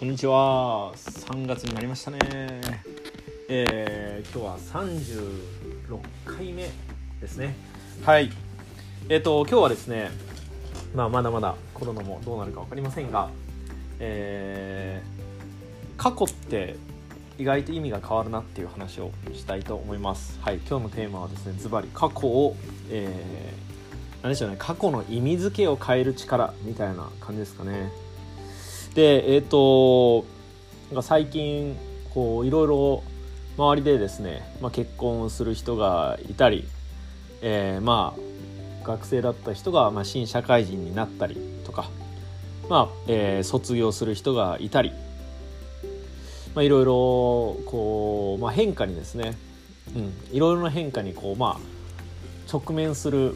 こんにちは。3月になりましたね。今日は36回目ですね。はい。今日はですね、まだまだコロナもどうなるか分かりませんが、過去って意外と意味が変わるなっていう話をしたいと思います。はい。今日のテーマはですね、ズバリ過去を、何でしょうね、過去の意味付けを変える力みたいな感じですかね。で、なんか最近こういろいろ周りでですね、結婚をする人がいたり、学生だった人が新社会人になったりとか、卒業する人がいたり、いろいろこう、変化にですね、いろいろな変化にこう、直面する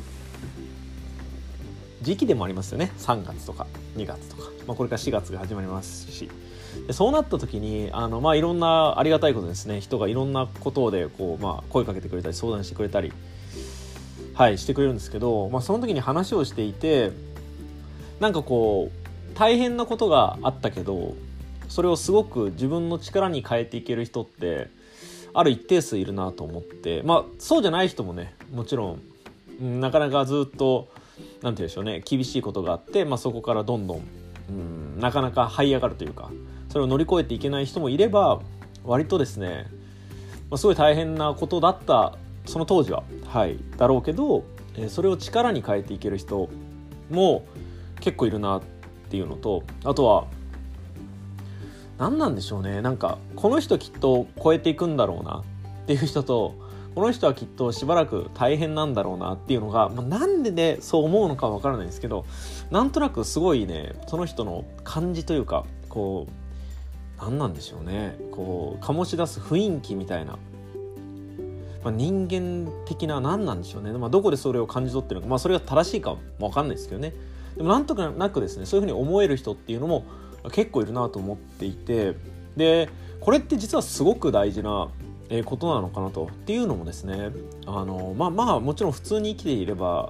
時期でもありますよね。3月とか2月とか、これから4月が始まりますし、でそうなった時にいろんなありがたいことですね、人がいろんなことでこう、声かけてくれたり相談してくれたり、してくれるんですけど、その時に話をしていて、なんかこう大変なことがあったけど、それをすごく自分の力に変えていける人ってある一定数いるなと思って、そうじゃない人もね、もちろん、なかなかずっとなんて言うんでしょうね、厳しいことがあって、そこからどんどん、なかなか這い上がるというか、それを乗り越えていけない人もいれば、割とですね、すごい大変なことだったその当時は、だろうけど、それを力に変えていける人も結構いるなっていうのと、あとは何なんでしょうね、なんかこの人きっと超えていくんだろうなっていう人と、この人はきっとしばらく大変なんだろうなっていうのが、なんでねそう思うのかわからないんですけど、なんとなくすごいね、その人の感じというか、こう何なんでしょうね、こう醸し出す雰囲気みたいな、人間的な何なんでしょうね、どこでそれを感じ取ってるのか、それが正しいかもわかんないですけどね。でもなんとなくですね、そういうふうに思える人っていうのも結構いるなと思っていて、でこれって実はすごく大事なことなのかなと。っていうのもですね、もちろん普通に生きていれば、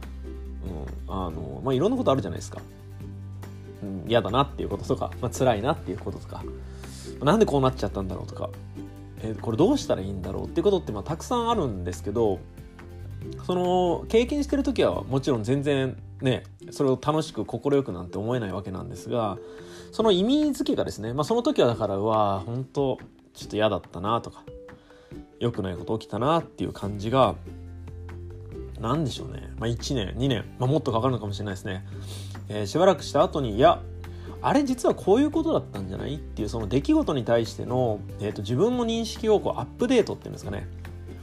いろんなことあるじゃないですか。嫌だなっていうこととか、辛いなっていうこととか、なんでこうなっちゃったんだろうとか、これどうしたらいいんだろうっていうことってたくさんあるんですけど、その経験してる時はもちろん全然ね、それを楽しく快くなんて思えないわけなんですが、その意味付けがですね、その時はだから本当ちょっと嫌だったなとか、良くないこと起きたなっていう感じが、なんでしょうね、1年2年、もっとかかるのかもしれないですね。しばらくした後に、いやあれ実はこういうことだったんじゃないっていう、その出来事に対しての、自分の認識をこうアップデートっていうんですかね、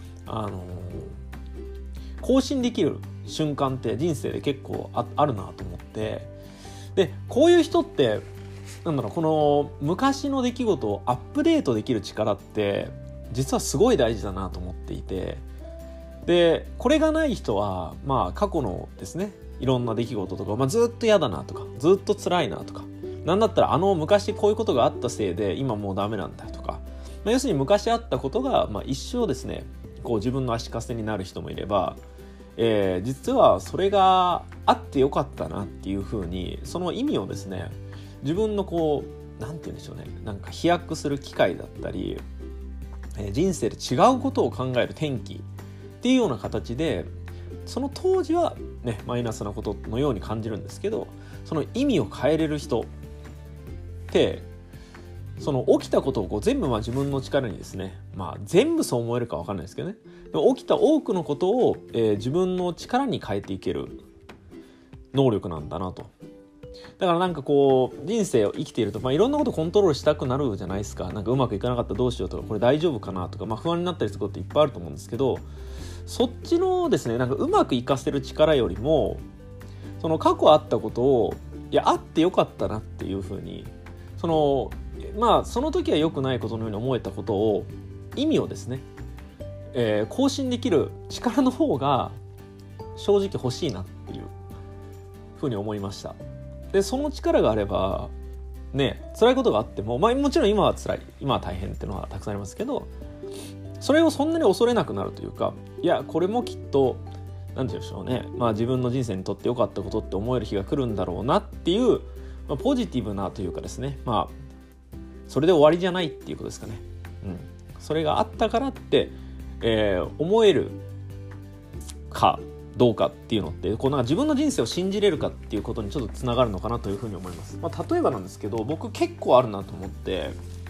更新できる瞬間って人生で結構 あるなと思って、でこういう人ってこの昔の出来事をアップデートできる力って実はすごい大事だなと思っていて、でこれがない人は過去のですね、いろんな出来事とか、ずっと嫌だなとか、ずっと辛いなとか、なんだったら昔こういうことがあったせいで今もうダメなんだとか、要するに昔あったことが、一生ですね、こう自分の足かせになる人もいれば、実はそれがあってよかったなっていう風に、その意味をですね、自分のこうなんて言うんでしょうね、なんか飛躍する機会だったり、人生で違うことを考える転機っていうような形で、その当時はねマイナスなことのように感じるんですけど、その意味を変えれる人って、その起きたことをこう全部自分の力にですね、全部そう思えるか分かんないですけどね、でも起きた多くのことを、自分の力に変えていける能力なんだなと。だからなんかこう人生を生きていると、いろんなことコントロールしたくなるじゃないですか。なんかうまくいかなかったらどうしようとか、これ大丈夫かなとか、不安になったりすることっていっぱいあると思うんですけど、そっちのですね、なんかうまくいかせる力よりも、その過去あったことを、あってよかったなっていうふうに、その時は良くないことのように思えたことを、意味をですね、更新できる力の方が正直欲しいなっていうふうに思いました。でその力があればね、辛いことがあっても、もちろん今は辛い、今は大変っていうのはたくさんありますけど、それをそんなに恐れなくなるというか、これもきっとなんて言うんでしょうね、自分の人生にとって良かったことって思える日が来るんだろうなっていう、ポジティブなというかですね、 それで終わりじゃないっていうことですかね。それがあったからって、思えるかどうかっていうのってこうなんか自分の人生を信じれるかっていうことにちょっとつながるのかなというふうに思います。例えばなんですけど、僕結構あるなと思って、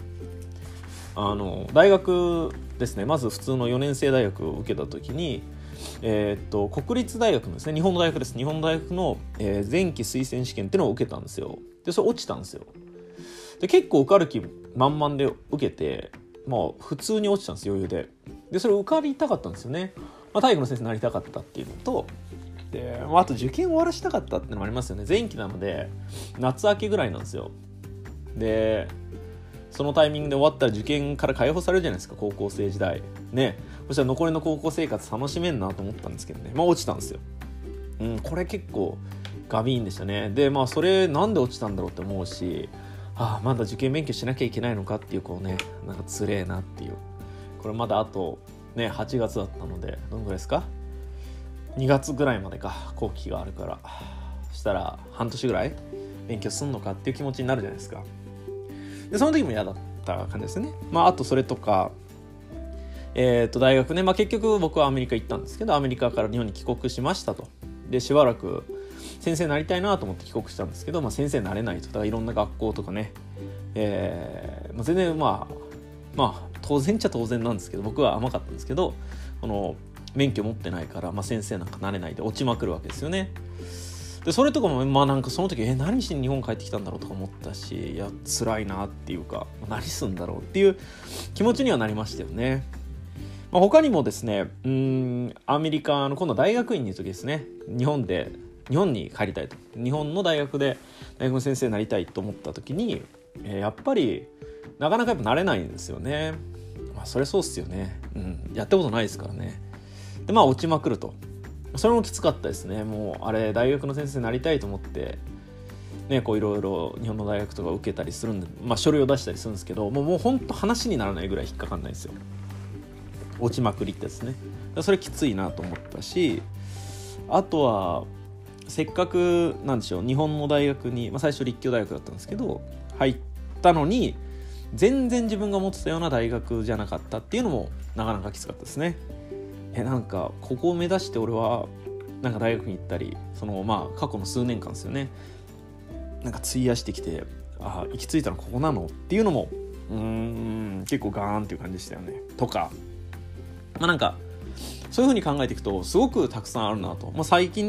大学ですね、まず普通の4年生大学を受けた時に、国立大学のですね、日本の大学です。日本の大学の、前期推薦試験っていうのを受けたんですよ。でそれ落ちたんですよ。で結構受かる気満々で受けて、普通に落ちたんです、余裕で。でそれ受かりたかったんですよね。体育の先生になりたかったっていうのと、であと受験終わらしたかったっていうのもありますよね。前期なので夏明けぐらいなんですよ。でそのタイミングで終わったら受験から解放されるじゃないですか、高校生時代ね。そしたら残りの高校生活楽しめんなと思ったんですけどね、落ちたんですよ。これ結構ガビーンでしたね。でそれなんで落ちたんだろうって思うし、まだ受験勉強しなきゃいけないのかっていうなんかつれえなっていう。これまだあとね8月だったのでどのぐらいですか、2月ぐらいまでか後期があるから、そしたら半年ぐらい勉強すんのかっていう気持ちになるじゃないですか。でその時も嫌だった感じですね。あとそれとか大学ね、結局僕はアメリカ行ったんですけど、アメリカから日本に帰国しましたと。でしばらく先生になりたいなと思って帰国したんですけど、先生になれないと。だからいろんな学校とかね、全然当然っちゃ当然なんですけど、僕は甘かったんですけど、免許持ってないから、先生なんかなれないで落ちまくるわけですよね。でそれとかもなんかその時何しに日本帰ってきたんだろうとか思ったし、いや辛いなっていうか、何すんだろうっていう気持ちにはなりましたよね。他にもですね、アメリカの今度大学院にいる時ですね、日本に帰りたいと、日本の大学で大学の先生になりたいと思った時に、やっぱりなかなかやっぱなれないんですよね。それそうっすよね。やったことないですからね。で落ちまくると。それもきつかったですね。もうあれ大学の先生になりたいと思ってね、いろいろ日本の大学とか受けたりするんで、書類を出したりするんですけど、もう本当話にならないぐらい引っかかんないですよ。落ちまくりってですね。それきついなと思ったし、あとはせっかくなんでしょう、日本の大学に、最初立教大学だったんですけど入ったのに全然自分が思ってたような大学じゃなかったっていうのもなかなかきつかったですね。なんかここを目指して俺はなんか大学に行ったり、過去の数年間ですよね、なんか費やしてきて、行き着いたのここなのっていうのも結構ガーンっていう感じでしたよね。とかなんかそういう風に考えていくとすごくたくさんあるなと。最近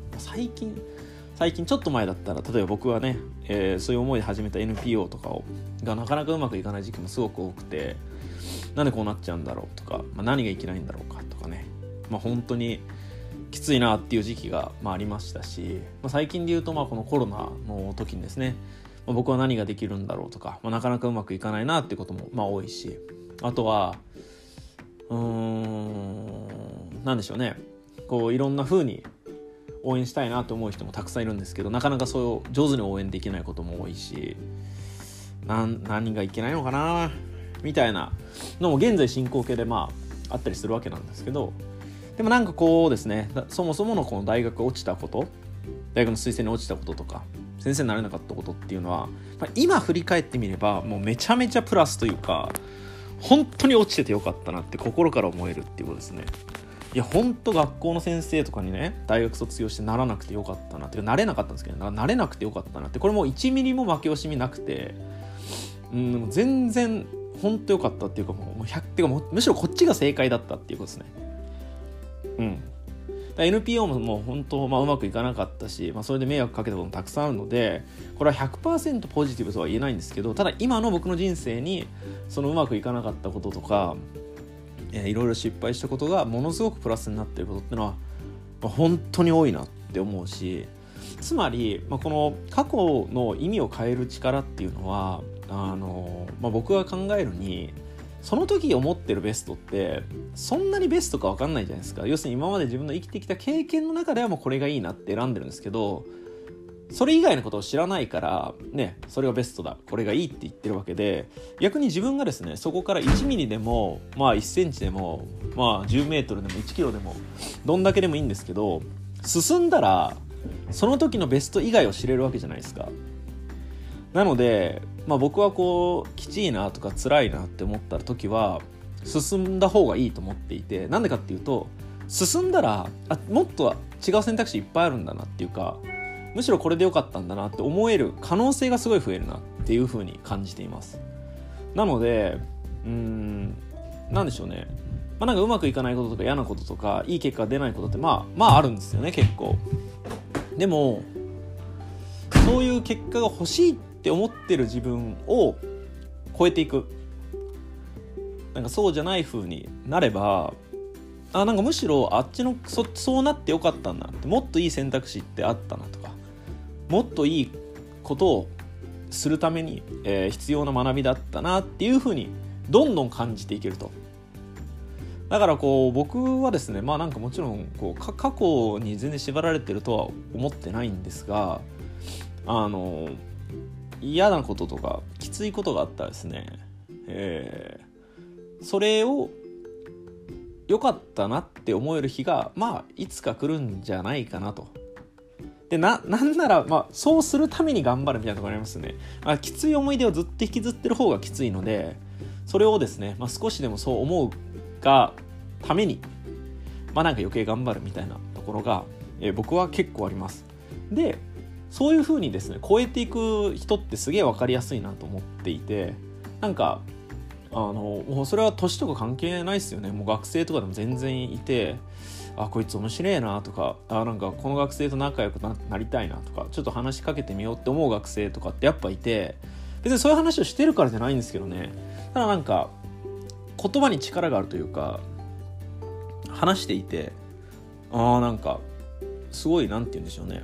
ちょっと前だったら、例えば僕はね、そういう思いで始めた NPO とかがなかなかうまくいかない時期もすごく多くて、なんでこうなっちゃうんだろうとか、何がいけないんだろうかとかね、本当にきついなっていう時期がありましたし、最近で言うとこのコロナの時にですね、僕は何ができるんだろうとか、なかなかうまくいかないなっていうことも多いし、あとはなんでしょうね、いろんな風に応援したいなと思う人もたくさんいるんですけど、なかなかそう上手に応援できないことも多いし、何がいけないのかなみたいなのも現在進行形であったりするわけなんですけど、でもなんかですね、そもそものこの大学落ちたこと、大学の推薦に落ちたこととか先生になれなかったことっていうのは、今振り返ってみればもうめちゃめちゃプラスというか、本当に落ちててよかったなって心から思えるっていうことですね。いや本当学校の先生とかにね、大学卒業してならなくてよかったなって、なれなかったんですけど、なれなくてよかったなって、これもう1ミリも負け惜しみなくて、全然本当よかったっていうか、もう100っていうか、むしろこっちが正解だったっていうことですね。NPO も本当、うまくいかなかったし、それで迷惑かけたこともたくさんあるので、これは 100% ポジティブとは言えないんですけど、ただ今の僕の人生にそのうまくいかなかったこととか、いろいろ失敗したことがものすごくプラスになっていることっていうのは、本当に多いなって思うし、つまり、この過去の意味を変える力っていうのは僕が考えるに、その時思ってるベストってそんなにベストか分かんないじゃないですか。要するに今まで自分の生きてきた経験の中ではもうこれがいいなって選んでるんですけど、それ以外のことを知らないからね、それがベストだ、これがいいって言ってるわけで、逆に自分がですね、そこから1ミリでも1センチでも10メートルでも1キロでもどんだけでもいいんですけど、進んだらその時のベスト以外を知れるわけじゃないですか。なので僕はこうきちいなとか辛いなって思った時は進んだ方がいいと思っていて、なんでかっていうと、進んだらもっと違う選択肢いっぱいあるんだなっていうか、むしろこれで良かったんだなって思える可能性がすごい増えるなっていう風に感じています。なのでなんでしょうね、なんかうまくいかないこととか嫌なこととかいい結果が出ないことってあるんですよね、結構。でもそういう結果が欲しいって思ってる自分を超えていく、なんかそうじゃない風になれば、なんかむしろあっちのそうなってよかったんだなって、もっといい選択肢ってあったなとか、もっといいことをするために、必要な学びだったなっていう風にどんどん感じていけると。だからこう僕はですね、なんかもちろんこう過去に全然縛られてるとは思ってないんですが、嫌なこととかきついことがあったらですね、それを良かったなって思える日がいつか来るんじゃないかなと。でなんならそうするために頑張るみたいなところありますね。きつい思い出をずっと引きずってる方がきついので、それをですね、少しでもそう思うがためになんか余計頑張るみたいなところが、僕は結構あります。でそういう風にですね超えていく人ってすげえ分かりやすいなと思っていて、なんかもうそれは年とか関係ないですよね。もう学生とかでも全然いて、こいつ面白いなとか、なんかこの学生と仲良く なりたいなとか、ちょっと話しかけてみようって思う学生とかってやっぱいて、別にそういう話をしてるからじゃないんですけどね。ただなんか言葉に力があるというか、話していてなんかすごいなんて言うんでしょうね、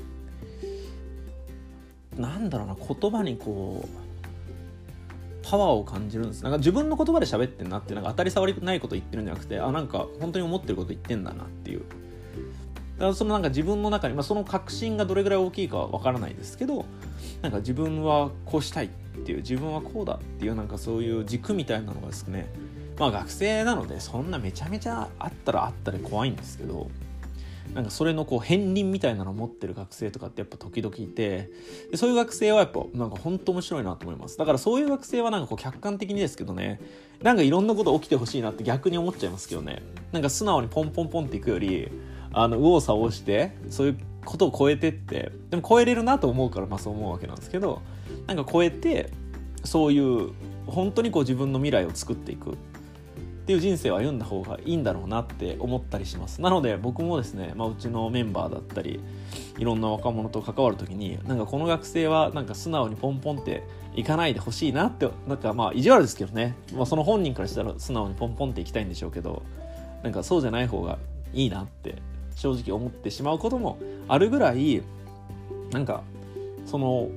なんだろうな、言葉にこうパワーを感じるんです。なんか自分の言葉で喋ってんなって、なんか当たり障りないこと言ってるんじゃなくて、なんか本当に思ってること言ってんだなっていう。だからそのなんか自分の中に、その確信がどれぐらい大きいかは分からないですけど、なんか自分はこうしたいっていう、自分はこうだっていう、なんかそういう軸みたいなのがですね、学生なのでそんなめちゃめちゃあったらあったで怖いんですけど、なんかそれのこう片鱗みたいなのを持ってる学生とかってやっぱ時々いて、でそういう学生はやっぱなんか本当面白いなと思います。だからそういう学生はなんかこう客観的にですけどね、なんかいろんなこと起きてほしいなって逆に思っちゃいますけどね。なんか素直にポンポンポンっていくより、右往左往してそういうことを超えてって、でも超えれるなと思うからそう思うわけなんですけど、なんか超えてそういう本当にこう自分の未来を作っていくっていう人生を歩んだ方がいいんだろうなって思ったりします。なので僕もですね、うちのメンバーだったりいろんな若者と関わるときに、なんかこの学生はなんか素直にポンポンっていかないでほしいなって、なんか意地悪ですけどね、その本人からしたら素直にポンポンっていきたいんでしょうけど、なんかそうじゃない方がいいなって正直思ってしまうこともあるぐらい、なんかその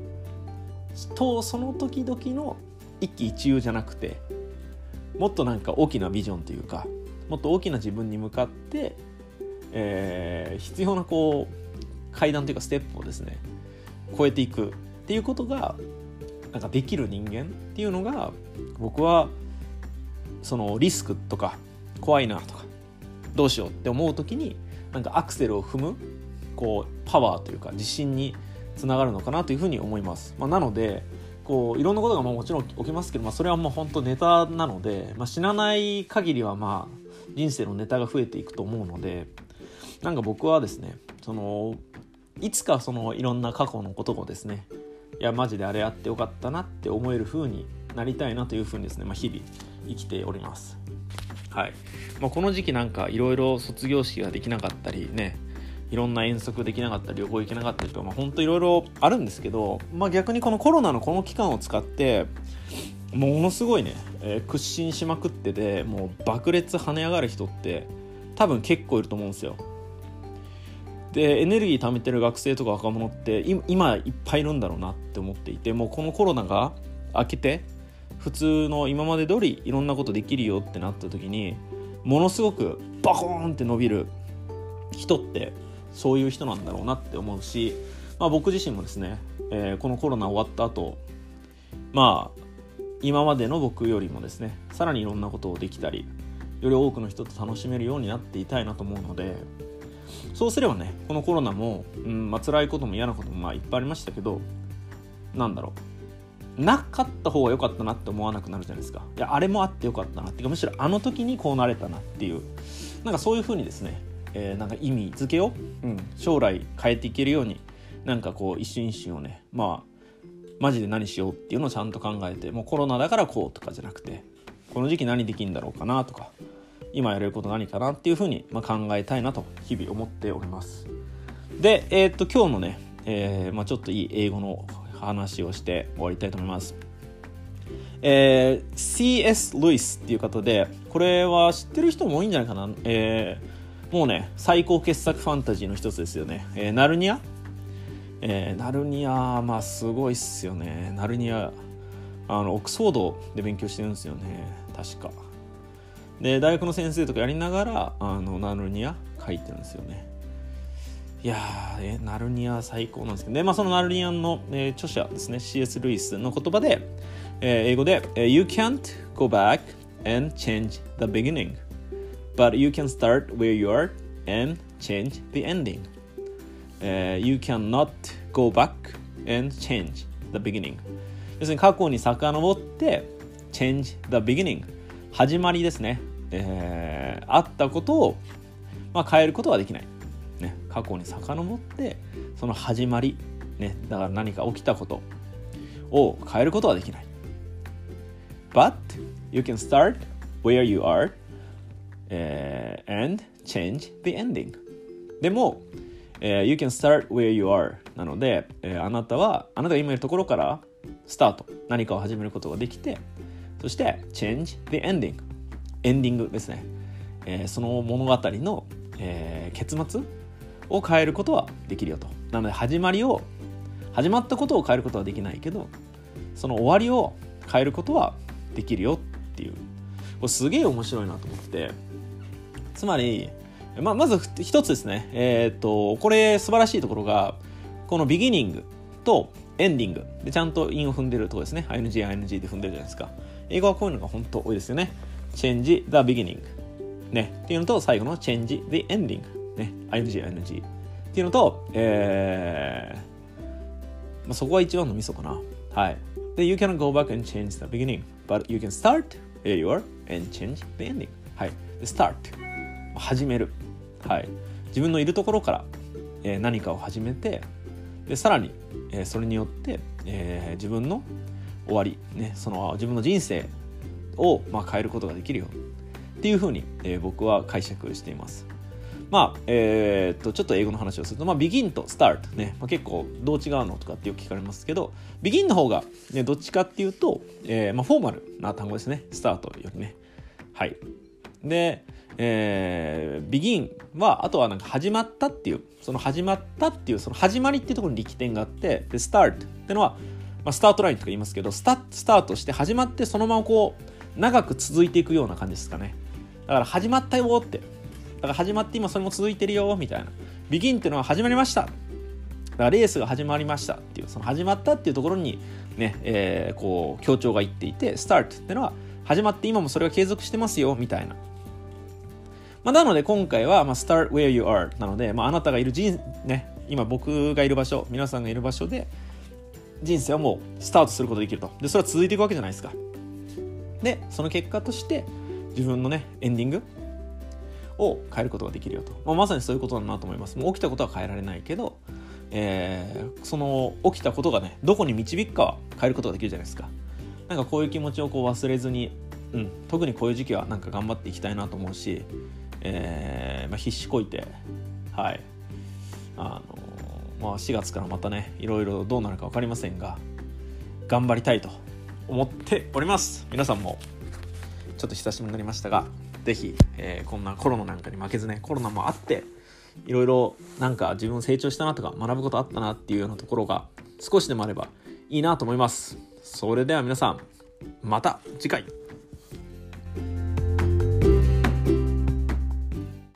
時々の一喜一憂じゃなくて、もっとなんか大きなビジョンというか、もっと大きな自分に向かって、必要なこう階段というかステップをですね超えていくっていうことがなんかできる人間っていうのが、僕はそのリスクとか怖いなとかどうしようって思う時になんかアクセルを踏むこうパワーというか自信につながるのかなというふうに思います。なのでこういろんなことがもちろん起きますけど、それはもう本当ネタなので、死なない限りは人生のネタが増えていくと思うので、なんか僕はですね、いつかそのいろんな過去のことをですね、いやマジであれやってよかったなって思える風になりたいなという風にですね、日々生きております。はい。この時期なんかいろいろ卒業式ができなかったりね、いろんな遠足できなかったり旅行行けなかったりとか、本当いろいろあるんですけど、逆にこのコロナのこの期間を使ってものすごいね、屈伸しまくってて、もう爆裂跳ね上がる人って多分結構いると思うんですよ。でエネルギー貯めてる学生とか若者って今いっぱいいるんだろうなって思っていて、もうこのコロナが明けて普通の今まで通りいろんなことできるよってなった時に、ものすごくバコーンって伸びる人ってそういう人なんだろうなって思うし、僕自身もですね、このコロナ終わった後、今までの僕よりもですねさらにいろんなことをできたり、より多くの人と楽しめるようになっていたいなと思うので、そうすればね、このコロナも、辛いことも嫌なこともいっぱいありましたけど、なんだろなかった方が良かったなって思わなくなるじゃないですか。いやあれもあって良かったなっていうか、むしろあの時にこうなれたなっていう、なんかそういう風にですね、なんか意味付けを、将来変えていけるように、なんかこう一瞬一瞬をね、マジで何しようっていうのをちゃんと考えて、もうコロナだからこうとかじゃなくて、この時期何できるんだろうかなとか、今やれること何かなっていう風に考えたいなと日々思っております。で、今日のね、ちょっといい英語の話をして終わりたいと思います。C.S. ルイスっていう方で、これは知ってる人も多いんじゃないかな。もうね、最高傑作ファンタジーの一つですよね。ナルニア、ナルニア、すごいっすよね。ナルニア、オックスフォードで勉強してるんですよね、確か。で、大学の先生とかやりながらナルニア書いてるんですよね。いやー、ナルニア最高なんですけど、で、そのナルニアの、著者ですね、C.S. ルイスの言葉で、英語で、You can't go back and change the beginning, but you can start where you are and change the ending. You cannot go back and change the beginning. 要するに過去に遡って change the beginning、 始まりですね。あったことを、変えることはできない、ね、過去に遡ってその始まり、ね、だから何か起きたことを変えることはできない。 But you can start where you are、and change the ending. でも、You can start where you are なので、あなたが今いるところからスタート、何かを始めることができて、そして change the ending、 エンディングですね、その物語の、結末を変えることはできるよと。なので始まったことを変えることはできないけど、その終わりを変えることはできるよっていう、これすげえ面白いなと思って。つまりまず一つですね、これ素晴らしいところが、このビギニングとエンディングでちゃんと韻を踏んでるところですね。 ING で踏んでるじゃないですか。英語はこういうのが本当多いですよね。 Change the beginning、ね、っていうのと、最後の Change the ending、ね、ING っていうのと、そこが一番のミソかな。はい。で、You can go back and change the beginning, but you can start where you are and change the ending。 はい。で、start、始める、はい、自分のいるところから、何かを始めて、でさらに、それによって、自分の終わり、ね、その自分の人生を、変えることができるよっていうふうに、僕は解釈しています。ちょっと英語の話をすると、begin と start ね、結構どう違うのとかってよく聞かれますけど、begin の方が、ね、どっちかっていうと、フォーマルな単語ですね。スタートよりね。はい。で、begin は、あとはなんか始まったっていう、その始まりっていうところに力点があって、で start ってのは、スタートラインとか言いますけど、スタートして始まって、そのままこう長く続いていくような感じですかね。だから始まったよって、だから始まって今それも続いてるよみたいな。begin っていうのは始まりました、だからレースが始まりましたっていう、その始まったっていうところにね、こう強調がいっていて、 start っていうのは始まって今もそれが継続してますよみたいな。なので今回は、start where you are なので、あなたがいる今僕がいる場所、皆さんがいる場所で人生はもうスタートすることができると。でそれは続いていくわけじゃないですか。でその結果として自分のねエンディングを変えることができるよと、まさにそういうことだなと思います。もう起きたことは変えられないけど、その起きたことがねどこに導くかは変えることができるじゃないですか。なんかこういう気持ちをこう忘れずに、特にこういう時期はなんか頑張っていきたいなと思うし、必死こいて、はい、4月からまたねいろいろどうなるか分かりませんが、頑張りたいと思っております。皆さんもちょっと久しぶりになりましたが、ぜひ、こんなコロナなんかに負けずね、コロナもあっていろいろなんか自分成長したなとか学ぶことあったなっていうようなところが少しでもあればいいなと思います。それでは皆さん、また次回。